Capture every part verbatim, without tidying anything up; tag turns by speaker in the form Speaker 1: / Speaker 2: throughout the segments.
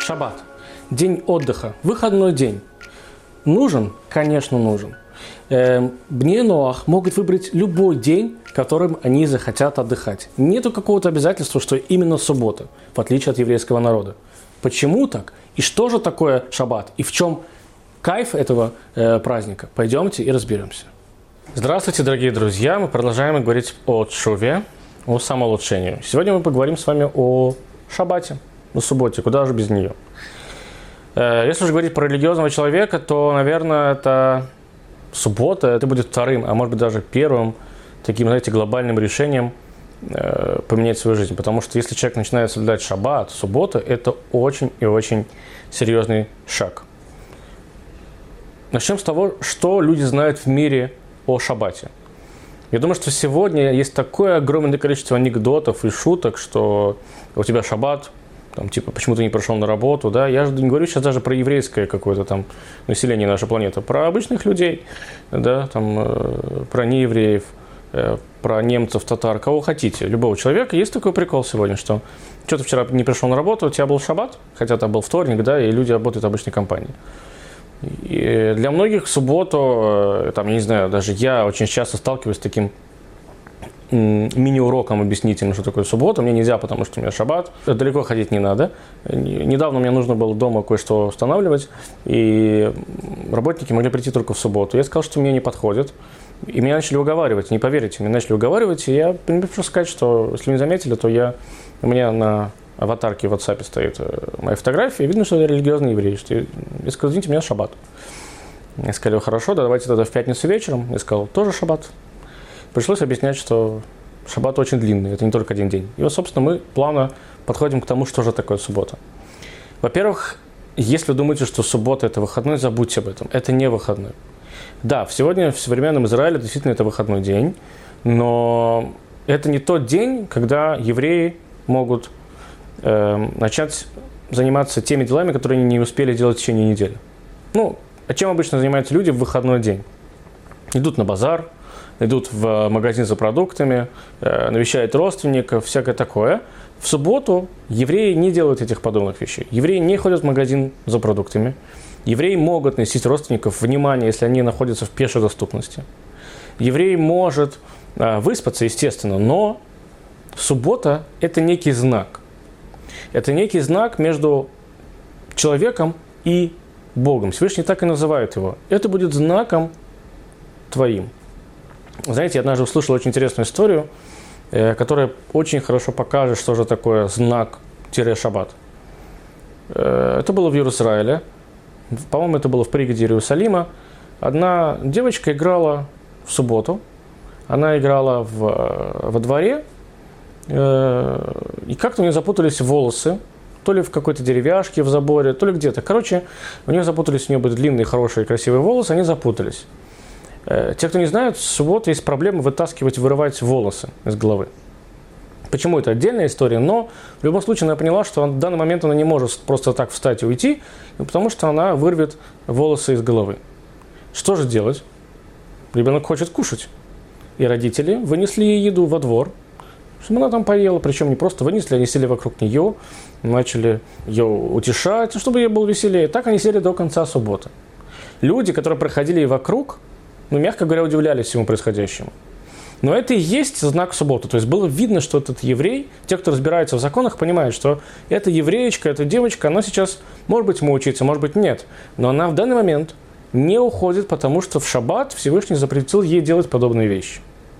Speaker 1: Шаббат. День отдыха. Выходной день. Нужен? Конечно, нужен. Бней Ноах могут выбрать любой день, которым они захотят отдыхать. Нету какого-то обязательства, что именно суббота, в отличие от еврейского народа. Почему так? И что же такое шаббат? И в чем кайф этого э, праздника? Пойдемте и разберемся. Здравствуйте, дорогие друзья! Мы продолжаем говорить о тшуве, о самоулучшении. Сегодня мы поговорим с вами о шаббате, о субботе. Куда же без нее? Э, если же говорить про религиозного человека, то, наверное, это суббота, это будет вторым, а может быть даже первым таким, знаете, глобальным решением э, поменять свою жизнь. Потому что если человек начинает соблюдать шаббат, субботу, это очень и очень серьезный шаг. Начнем с того, что люди знают в мире о шаббате. Я думаю, что сегодня есть такое огромное количество анекдотов и шуток, что у тебя шаббат, там, типа, почему ты не пришел на работу, да, я же не говорю сейчас даже про еврейское какое-то там население нашей планеты, про обычных людей, да, там, э, про неевреев, э, про немцев, татар, кого хотите, любого человека. Есть такой прикол сегодня, что что ты вчера не пришел на работу, у тебя был шаббат, хотя там был вторник, да, и люди работают в обычной компании. И для многих в субботу, там, я не знаю, даже я очень часто сталкиваюсь с таким мини-уроком объяснительным, что такое суббота. Мне нельзя, потому что у меня шаббат. Далеко ходить не надо. Недавно мне нужно было дома кое-что устанавливать, и работники могли прийти только в субботу. Я сказал, что мне не подходит. И меня начали уговаривать, не поверите, меня начали уговаривать. И я не хочу сказать, что, если вы не заметили, то я, у меня на аватарке в WhatsApp стоит моя фотография, и видно, что я религиозный еврей. Что я, я сказал, извините, у меня шаббат. Я сказал, хорошо, да, давайте тогда в пятницу вечером. Я сказал, тоже шаббат. Пришлось объяснять, что шаббат очень длинный, это не только один день. И вот, собственно, мы плавно подходим к тому, что же такое суббота. Во-первых, если вы думаете, что суббота – это выходной, забудьте об этом. Это не выходной. Да, сегодня в современном Израиле действительно это выходной день, но это не тот день, когда евреи могут э, начать заниматься теми делами, которые они не успели делать в течение недели. Ну, а чем обычно занимаются люди в выходной день? Идут на базар, идут в магазин за продуктами, э, навещают родственников, всякое такое. В субботу евреи не делают этих подобных вещей. Евреи не ходят в магазин за продуктами. Евреи могут носить родственников внимание, если они находятся в пешей доступности. Еврей может э, выспаться, естественно, но суббота – это некий знак. Это некий знак между человеком и Богом. Всевышний так и называет его. Это будет знаком твоим. Знаете, я однажды услышал очень интересную историю, э, которая очень хорошо покажет, что же такое знак-шаббат. Э, это было в Иерусалиме. По-моему, это было в пригороде Иерусалима. Одна девочка играла в субботу. Она играла в, во дворе. Э, и как-то у нее запутались волосы. То ли в какой-то деревяшке в заборе, то ли где-то. Короче, у нее запутались, у нее были длинные, хорошие, красивые волосы, они запутались. Те, кто не знают, в субботу есть проблема вытаскивать, вырывать волосы из головы. Почему? Это отдельная история, но в любом случае она поняла, что в данный момент она не может просто так встать и уйти, потому что она вырвет волосы из головы. Что же делать? Ребенок хочет кушать. И родители вынесли ей еду во двор, чтобы она там поела, причем не просто вынесли, они сели вокруг нее, начали ее утешать, чтобы ей было веселее. Так они сели до конца субботы. Люди, которые проходили вокруг, ну, мягко говоря, удивлялись всему происходящему. Но это и есть знак субботы. То есть было видно, что этот еврей, те, кто разбирается в законах, понимают, что эта евреечка, эта девочка, она сейчас, может быть, мучается, может быть, нет. Но она в данный момент не уходит, потому что в шаббат Всевышний запретил ей делать подобные вещи.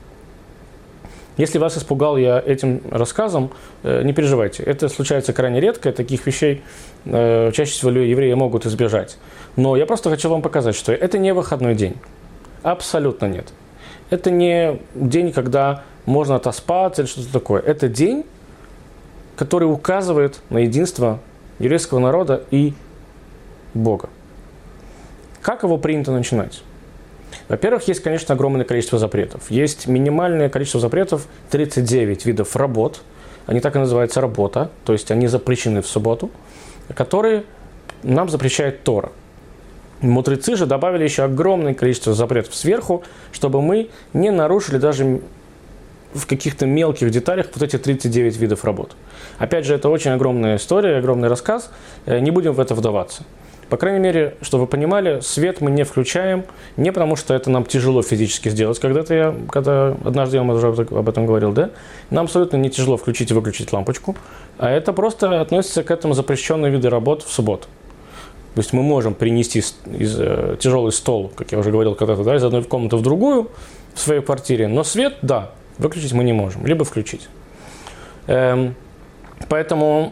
Speaker 1: Если вас испугал я этим рассказом, не переживайте. Это случается крайне редко, таких вещей чаще всего евреи могут избежать. Но я просто хочу вам показать, что это не выходной день. Абсолютно нет. Это не день, когда можно отоспаться или что-то такое. Это день, который указывает на единство еврейского народа и Бога. Как его принято начинать? Во-первых, есть, конечно, огромное количество запретов. Есть минимальное количество запретов, тридцать девять видов работ. Они так и называются работа, то есть они запрещены в субботу, которые нам запрещает Тора. Мудрецы же добавили еще огромное количество запретов сверху, чтобы мы не нарушили даже в каких-то мелких деталях вот эти тридцать девять видов работ. Опять же, это очень огромная история, огромный рассказ, не будем в это вдаваться. По крайней мере, чтобы вы понимали, свет мы не включаем, не потому что это нам тяжело физически сделать. Когда-то я, когда однажды я вам уже об этом говорил, да, нам абсолютно не тяжело включить и выключить лампочку, а это просто относится к этому запрещенные виды работ в субботу. То есть мы можем перенести из, из, э, тяжелый стол, как я уже говорил когда-то, да, из одной комнаты в другую в своей квартире, но свет, да, выключить мы не можем, либо включить. Эм, поэтому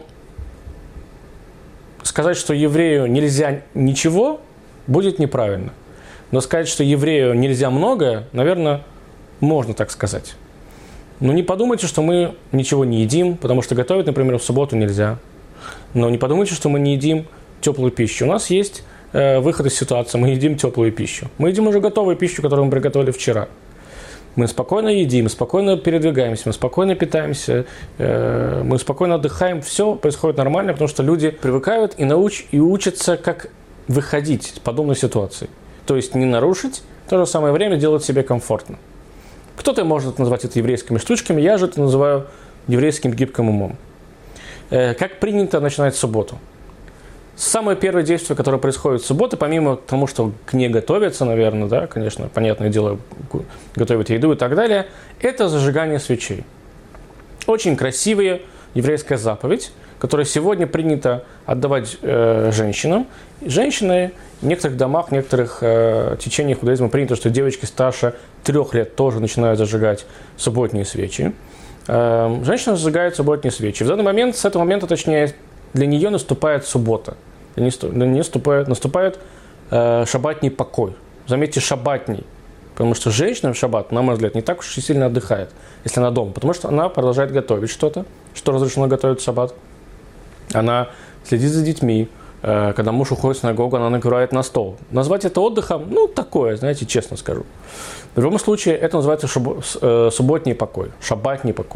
Speaker 1: сказать, что еврею нельзя ничего, будет неправильно. Но сказать, что еврею нельзя многое, наверное, можно так сказать. Но не подумайте, что мы ничего не едим, потому что готовить, например, в субботу нельзя. Но не подумайте, что мы не едим теплую пищу. У нас есть э, выход из ситуации, мы едим теплую пищу. Мы едим уже готовую пищу, которую мы приготовили вчера. Мы спокойно едим, спокойно передвигаемся, мы спокойно питаемся, э, мы спокойно отдыхаем. Все происходит нормально, потому что люди привыкают и, науч, и учатся, как выходить из подобной ситуации. То есть не нарушить, в то же самое время делать себе комфортно. Кто-то может назвать это еврейскими штучками, я же это называю еврейским гибким умом. Э, как принято начинать субботу? Самое первое действие, которое происходит в субботу, помимо того, что к ней готовятся, наверное, да, конечно, понятное дело, готовят еду и так далее, это зажигание свечей. Очень красивая еврейская заповедь, которую сегодня принято отдавать э, женщинам. Женщины в некоторых домах, в некоторых э, течениях иудаизма принято, что девочки старше трех лет тоже начинают зажигать субботние свечи. Э, женщина зажигает субботние свечи. В данный момент, с этого момента, точнее, для нее наступает суббота. Для нее наступает, наступает э, шаббатний покой. Заметьте, шаббатний. Потому что женщина в шаббат, на мой взгляд, не так уж и сильно отдыхает, если она дома. Потому что она продолжает готовить что-то, что разрешено готовить в шаббат. Она следит за детьми. Э, когда муж уходит в синагогу, она накрывает на стол. Назвать это отдыхом, ну, такое, знаете, честно скажу. В любом случае, это называется шаб, э, субботний покой, шаббатний покой.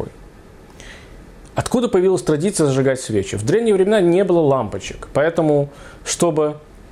Speaker 1: Откуда появилась традиция зажигать свечи? В древние времена не было лампочек, поэтому, чтобы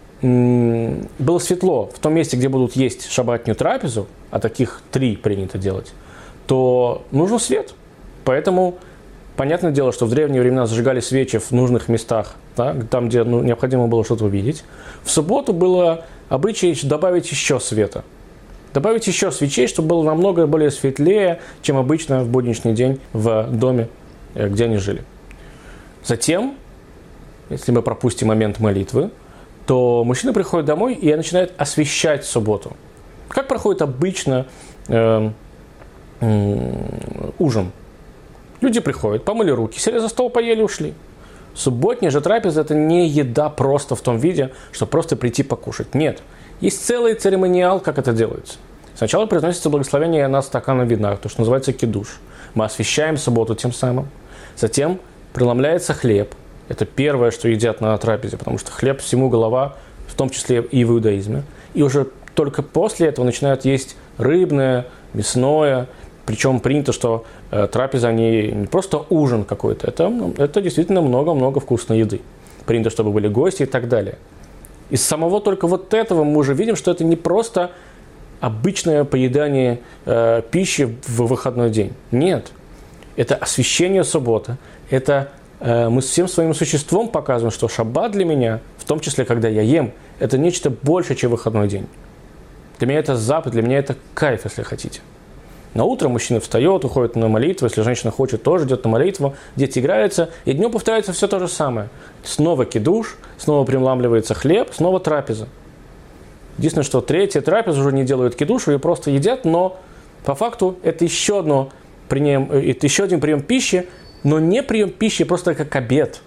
Speaker 1: м- было светло в том месте, где будут есть шаббатную трапезу, а таких три принято делать, то нужен свет. Поэтому, понятное дело, что в древние времена зажигали свечи в нужных местах, да, там, где ну, необходимо было что-то увидеть. В субботу было обычай добавить еще света. Добавить еще свечей, чтобы было намного более светлее, чем обычно в будничный день в доме, где они жили. Затем, если мы пропустим момент молитвы, то мужчина приходит домой и начинает освещать субботу. Как проходит обычно э, э, ужин? Люди приходят, помыли руки, сели за стол, поели, ушли. Субботняя же трапеза – это не еда просто в том виде, что просто прийти покушать. Нет. Есть целый церемониал, как это делается. Сначала произносится благословение на стакан вина, то, что называется кидуш. Мы освещаем субботу тем самым. Затем преломляется хлеб. Это первое, что едят на трапезе, потому что хлеб всему голова, в том числе и в иудаизме. И уже только после этого начинают есть рыбное, мясное. Причем принято, что э, трапеза не, не просто ужин какой-то, это, это действительно много-много вкусной еды. Принято, чтобы были гости и так далее. Из самого только вот этого мы уже видим, что это не просто обычное поедание э, пищи в выходной день. Нет. Это освящение субботы. Это э, мы всем своим существом показываем, что шаббат для меня, в том числе, когда я ем, это нечто большее, чем выходной день. Для меня это заповедь, для меня это кайф, если хотите. На утро мужчина встает, уходит на молитву, если женщина хочет, тоже идет на молитву, дети играются, и днем повторяется все то же самое. Снова кидуш, снова примламливается хлеб, снова трапеза. Единственное, что третья трапеза уже не делают кидуш, ее просто едят, но по факту это еще, одно, прием, это еще один прием пищи, но не прием пищи, просто как обед.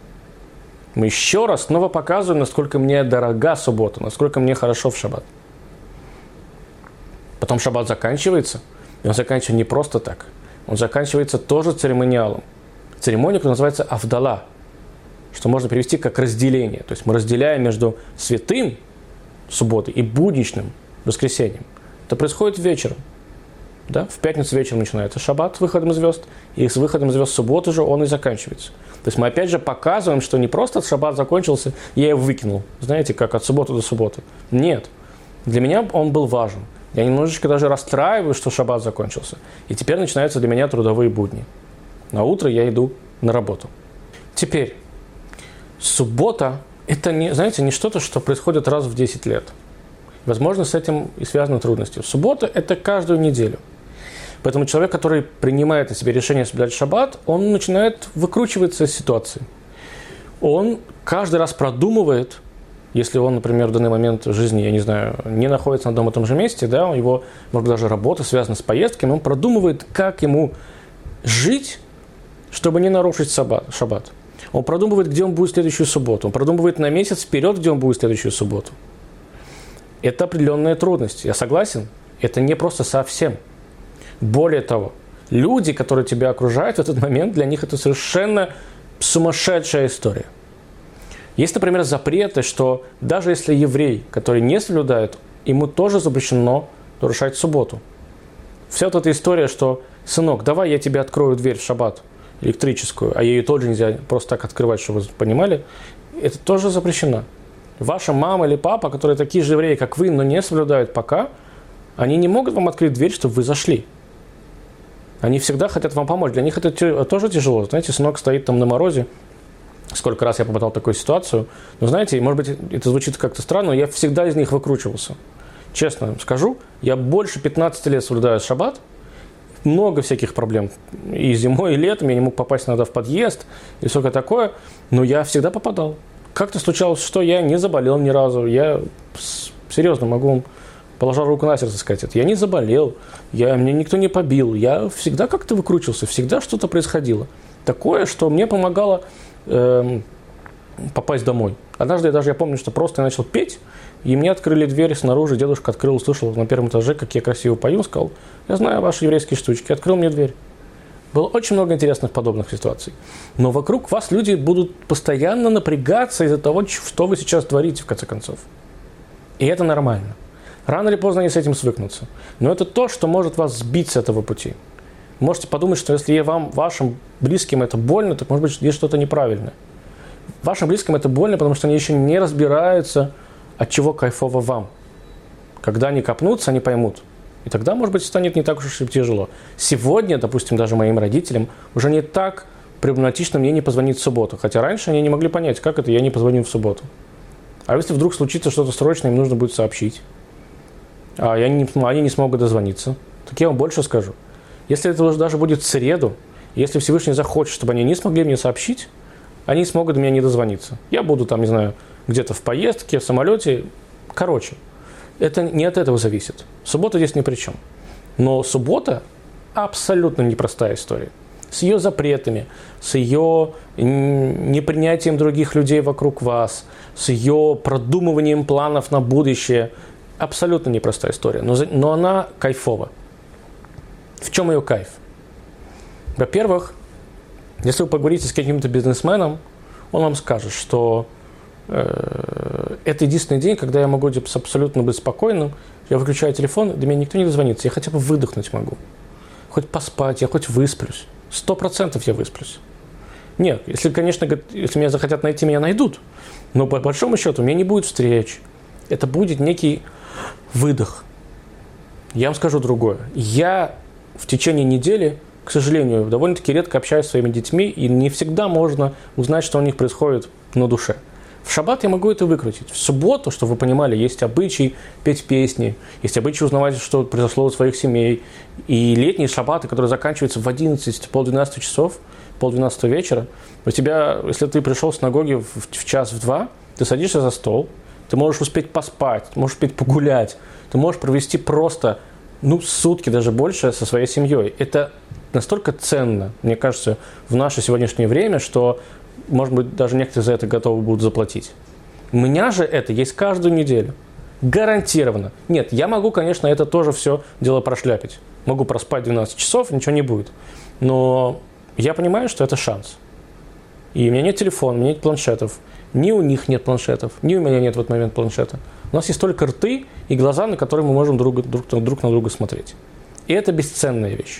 Speaker 1: Мы еще раз снова показываем, насколько мне дорога суббота, насколько мне хорошо в шаббат. Потом шаббат заканчивается, и он заканчивается не просто так. Он заканчивается тоже церемониалом. Церемония, которая называется авдала, что можно перевести как разделение. То есть мы разделяем между святым субботой и будничным воскресеньем. Это происходит вечером. Да? В пятницу вечером начинается шаббат с выходом звезд, и с выходом звезд субботы же он и заканчивается. То есть мы опять же показываем, что не просто шаббат закончился, я его выкинул, знаете, как от субботы до субботы. Нет. Для меня он был важен. Я немножечко даже расстраиваюсь, что шаббат закончился. И теперь начинаются для меня трудовые будни. На утро я иду на работу. Теперь, суббота – это, не, знаете, не что-то, что происходит раз в десять лет. Возможно, с этим и связаны трудности. Суббота – это каждую неделю. Поэтому человек, который принимает на себе решение соблюдать шаббат, он начинает выкручиваться из ситуации. Он каждый раз продумывает, если он, например, в данный момент в жизни, я не знаю, не находится на одном и том же месте, да, у него, может быть, даже работа связана с поездками, он продумывает, как ему жить, чтобы не нарушить шаббат. Он продумывает, где он будет в следующую субботу. Он продумывает на месяц вперед, где он будет в следующую субботу. Это определенная трудность. Я согласен, это не просто совсем. Более того, люди, которые тебя окружают в этот момент, для них это совершенно сумасшедшая история. Есть, например, запреты, что даже если еврей, который не соблюдает, ему тоже запрещено нарушать субботу. Вся вот эта история, что «сынок, давай я тебе открою дверь в шаббат электрическую», а ее тоже нельзя просто так открывать, чтобы вы понимали, это тоже запрещено. Ваша мама или папа, которые такие же евреи, как вы, но не соблюдают пока, они не могут вам открыть дверь, чтобы вы зашли. Они всегда хотят вам помочь. Для них это тоже тяжело. Знаете, сынок стоит там на морозе. Сколько раз я попадал в такую ситуацию. Но знаете, может быть, это звучит как-то странно, но я всегда из них выкручивался. Честно скажу, я больше пятнадцати лет соблюдаю шаббат. Много всяких проблем. И зимой, и летом. Я не мог попасть иногда в подъезд. И всякое такое. Но я всегда попадал. Как-то случалось, что я не заболел ни разу. Я серьезно могу вам, положа руку на сердце, сказать это. Я не заболел. Я, меня никто не побил. Я всегда как-то выкручивался. Всегда что-то происходило. Такое, что мне помогало э, попасть домой. Однажды я даже, я помню, что просто я начал петь, и мне открыли дверь снаружи. Дедушка открыл, услышал на первом этаже, как я красиво пою, сказал: я знаю ваши еврейские штучки. Открыл мне дверь. Было очень много интересных подобных ситуаций. Но вокруг вас люди будут постоянно напрягаться из-за того, что вы сейчас творите, в конце концов. И это нормально. Рано или поздно они с этим свыкнутся. Но это то, что может вас сбить с этого пути. Можете подумать, что если вам, вашим близким это больно, то, может быть, есть что-то неправильное. Вашим близким это больно, потому что они еще не разбираются, от чего кайфово вам. Когда они копнутся, они поймут. И тогда, может быть, станет не так уж и тяжело. Сегодня, допустим, даже моим родителям уже не так проблематично мне не позвонить в субботу. Хотя раньше они не могли понять, как это я не позвоню в субботу. А если вдруг случится что-то срочное, им нужно будет сообщить, а я не, они не смогут дозвониться, так я вам больше скажу. Если это уже даже будет в среду, если Всевышний захочет, чтобы они не смогли мне сообщить, они смогут до меня не дозвониться. Я буду там, не знаю, где-то в поездке, в самолете. Короче, это не от этого зависит. Суббота здесь ни при чем. Но суббота абсолютно непростая история. С ее запретами, с ее непринятием других людей вокруг вас, с ее продумыванием планов на будущее. Абсолютно непростая история. Но, но она кайфова. В чем ее кайф? Во-первых, если вы поговорите с каким-то бизнесменом, он вам скажет, что э, это единственный день, когда я могу абсолютно быть спокойным. Я выключаю телефон, до меня никто не дозвонится. Я хотя бы выдохнуть могу. Хоть поспать, я хоть высплюсь. Сто процентов я высплюсь. Нет, если, конечно, если меня захотят найти, меня найдут. Но по большому счету у меня не будет встреч. Это будет некий выдох. Я вам скажу другое. Я в течение недели, к сожалению, довольно-таки редко общаюсь с своими детьми, и не всегда можно узнать, что у них происходит на душе. В шаббат я могу это выкрутить. В субботу, чтобы вы понимали, есть обычай петь песни, есть обычай узнавать, что произошло у своих семей. И летние шаббаты, которые заканчиваются в одиннадцать, полдвенадцатого часов, полдвенадцатого вечера, у тебя, если ты пришел с синагоги в, в час, в два, ты садишься за стол, ты можешь успеть поспать, ты можешь успеть погулять, ты можешь провести просто, ну, сутки, даже больше со своей семьей. Это настолько ценно, мне кажется, в наше сегодняшнее время, что, может быть, даже некоторые за это готовы будут заплатить. У меня же это есть каждую неделю. Гарантированно. Нет, я могу, конечно, это тоже все дело прошляпить. Могу проспать двенадцать часов, ничего не будет. Но я понимаю, что это шанс. И у меня нет телефона, у меня нет планшетов. Ни у них нет планшетов, ни у меня нет в этот момент планшета. У нас есть только рты и глаза, на которые мы можем друг, друг, друг на друга смотреть. И это бесценная вещь.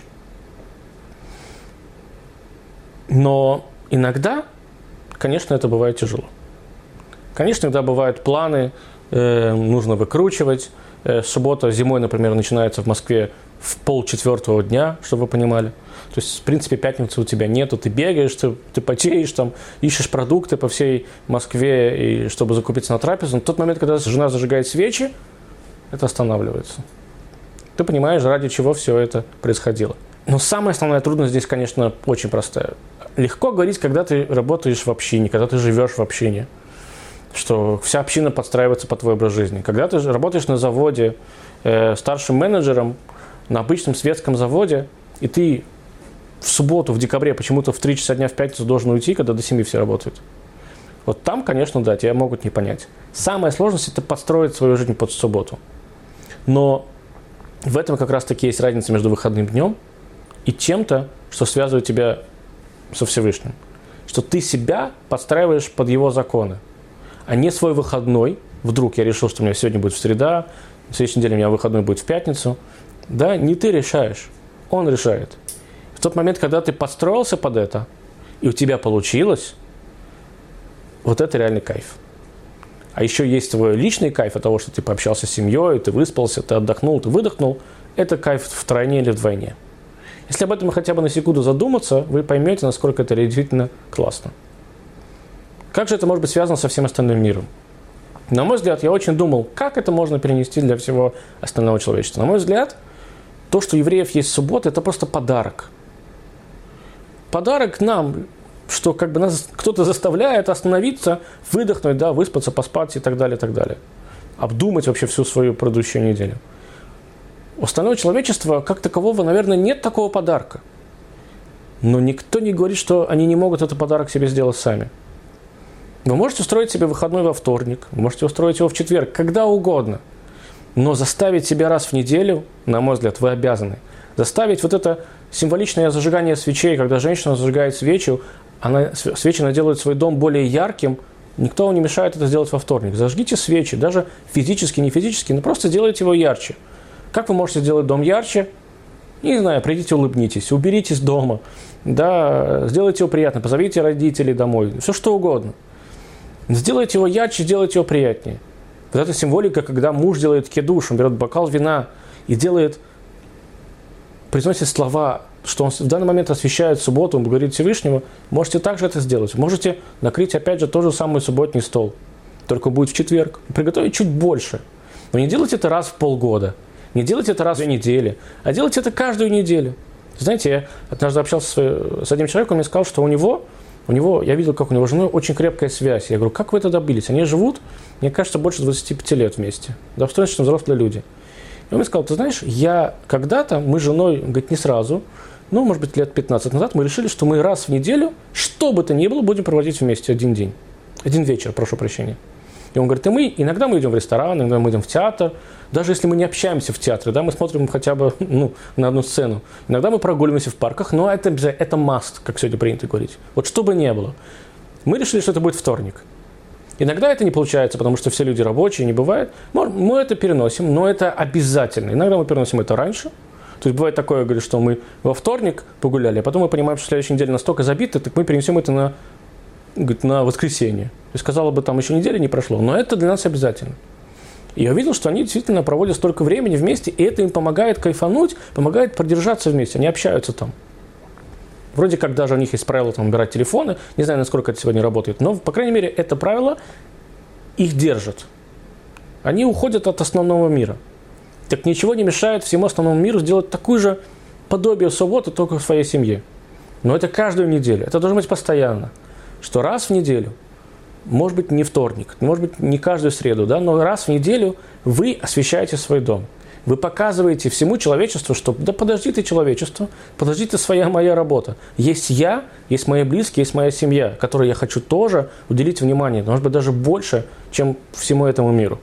Speaker 1: Но иногда, конечно, это бывает тяжело. Конечно, иногда бывают планы, э, нужно выкручивать, э, суббота зимой, например, начинается в Москве в полчетвертого дня, чтобы вы понимали. То есть, в принципе, пятницы у тебя нету, ты бегаешь, ты, ты потеешь, там, ищешь продукты по всей Москве, и, чтобы закупиться на трапезу. Но в тот момент, когда жена зажигает свечи, это останавливается. Ты понимаешь, ради чего все это происходило. Но самая основная трудность здесь, конечно, очень простая. Легко говорить, когда ты работаешь в общине, когда ты живешь в общине, что вся община подстраивается под твой образ жизни. Когда ты работаешь на заводе э, старшим менеджером, на обычном светском заводе, и ты в субботу, в декабре, почему-то в три часа дня в пятницу должен уйти, когда до семи все работают. Вот там, конечно, да, тебя могут не понять. Самая сложность – это подстроить свою жизнь под субботу. Но в этом как раз-таки есть разница между выходным днем и чем-то, что связывает тебя со Всевышним. Что ты себя подстраиваешь под его законы, а не свой выходной. Вдруг я решил, что у меня сегодня будет в среда, в следующей неделе у меня выходной будет в пятницу. Да, не ты решаешь, он решает. В тот момент, когда ты подстроился под это, и у тебя получилось, вот это реальный кайф. А еще есть твой личный кайф от того, что ты пообщался с семьей, ты выспался, ты отдохнул, ты выдохнул. Это кайф втройне или вдвойне. Если об этом хотя бы на секунду задуматься, вы поймете, насколько это действительно классно. Как же это может быть связано со всем остальным миром? На мой взгляд, я очень думал, как это можно перенести для всего остального человечества. На мой взгляд, то, что у евреев есть суббота, это просто подарок. Подарок нам, что как бы нас кто-то заставляет остановиться, выдохнуть, да, выспаться, поспать и так далее, и так далее. Обдумать вообще всю свою предыдущую неделю. У остального человечества, как такового, наверное, нет такого подарка. Но никто не говорит, что они не могут этот подарок себе сделать сами. Вы можете устроить себе выходной во вторник, вы можете устроить его в четверг, когда угодно. Но заставить себя раз в неделю, на мой взгляд, вы обязаны. Заставить вот это символичное зажигание свечей, когда женщина зажигает свечу, она, свечи она делает свой дом более ярким, никто вам не мешает это сделать во вторник. Зажгите свечи, даже физически, не физически, но просто сделайте его ярче. Как вы можете сделать дом ярче? Не знаю, придите, улыбнитесь, уберитесь дома, да, сделайте его приятно, позовите родителей домой, все что угодно. Сделайте его ярче, сделайте его приятнее. Вот эта символика, когда муж делает кидуш, он берет бокал вина и делает, произносит слова, что он в данный момент освящает субботу, он говорит Всевышнему, можете также это сделать. Можете накрыть опять же тот же самый субботний стол, только будет в четверг. Приготовить чуть больше. Но не делайте это раз в полгода, не делайте это раз в недели, а делайте это каждую неделю. Знаете, я однажды общался с одним человеком, он мне сказал, что у него, у него, я видел, как у него с женой очень крепкая связь. Я говорю, как вы это добились? Они живут, мне кажется, больше двадцати пяти лет вместе. Достаточно взрослые люди. И он мне сказал, ты знаешь, я когда-то, мы с женой, говорит, не сразу, ну, может быть, лет пятнадцать назад, мы решили, что мы раз в неделю, что бы то ни было, будем проводить вместе один день. Один вечер, прошу прощения. И он говорит, и мы, иногда мы идем в ресторан, иногда мы идем в театр, даже если мы не общаемся в театре, да, мы смотрим хотя бы ну, на одну сцену. Иногда мы прогуливаемся в парках, но это, это must, как сегодня принято говорить. Вот что бы ни было. Мы решили, что это будет вторник. Иногда это не получается, потому что все люди рабочие, не бывает. Мы это переносим, но это обязательно. Иногда мы переносим это раньше. То есть бывает такое, говорит, что мы во вторник погуляли, а потом мы понимаем, что следующая неделя настолько забита, так мы перенесем это на, говорит, на воскресенье. То есть, казалось бы, там еще неделя не прошло, но это для нас обязательно. И я увидел, что они действительно проводят столько времени вместе, и это им помогает кайфануть, помогает продержаться вместе, они общаются там. Вроде как даже у них есть правило там, убирать телефоны, не знаю, насколько это сегодня работает, но, по крайней мере, это правило их держит. Они уходят от основного мира. Так ничего не мешает всему основному миру сделать такую же подобие субботы, только в своей семье. Но это каждую неделю, это должно быть постоянно. Что раз в неделю, может быть, не вторник, может быть, не каждую среду, да, но раз в неделю вы освещаете свой дом. Вы показываете всему человечеству, что да подожди ты, человечество, подожди ты, своя моя работа. Есть я, есть мои близкие, есть моя семья, которой я хочу тоже уделить внимание, может быть, даже больше, чем всему этому миру.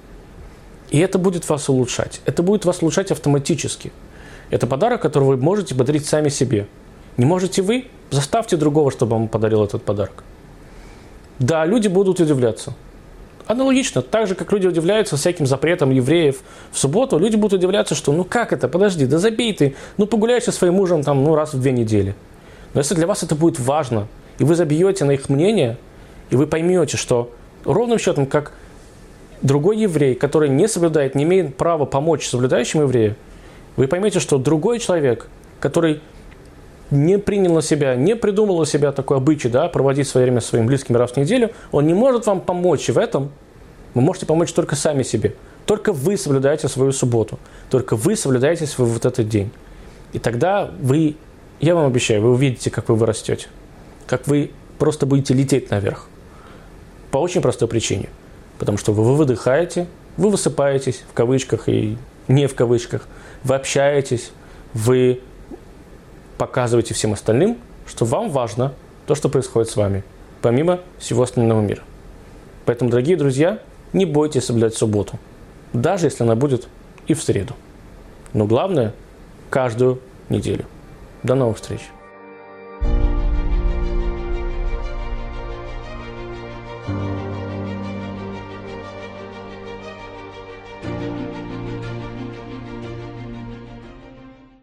Speaker 1: И это будет вас улучшать. Это будет вас улучшать автоматически. Это подарок, который вы можете подарить сами себе. Не можете вы? Заставьте другого, чтобы вам подарил этот подарок. Да, люди будут удивляться. Аналогично, так же, как люди удивляются всяким запретам евреев в субботу, люди будут удивляться, что ну как это, подожди, да забей ты, ну погуляй со своим мужем там, ну, раз в две недели. Но если для вас это будет важно, и вы забьете на их мнение, и вы поймете, что ровным счетом, как другой еврей, который не соблюдает, не имеет права помочь соблюдающему еврею, вы поймете, что другой человек, который не принял на себя, не придумал у себя такой обычай, да, проводить свое время со своими близкими раз в неделю, он не может вам помочь в этом. Вы можете помочь только сами себе. Только вы соблюдаете свою субботу. Только вы соблюдаете свой вот этот день. И тогда вы, я вам обещаю, вы увидите, как вы вырастете. Как вы просто будете лететь наверх. По очень простой причине. Потому что вы выдыхаете, вы высыпаетесь, в кавычках и не в кавычках. Вы общаетесь, вы показываете всем остальным, что вам важно то, что происходит с вами, помимо всего остального мира. Поэтому, дорогие друзья, не бойтесь соблюдать субботу, даже если она будет и в среду. Но главное – каждую неделю. До новых встреч!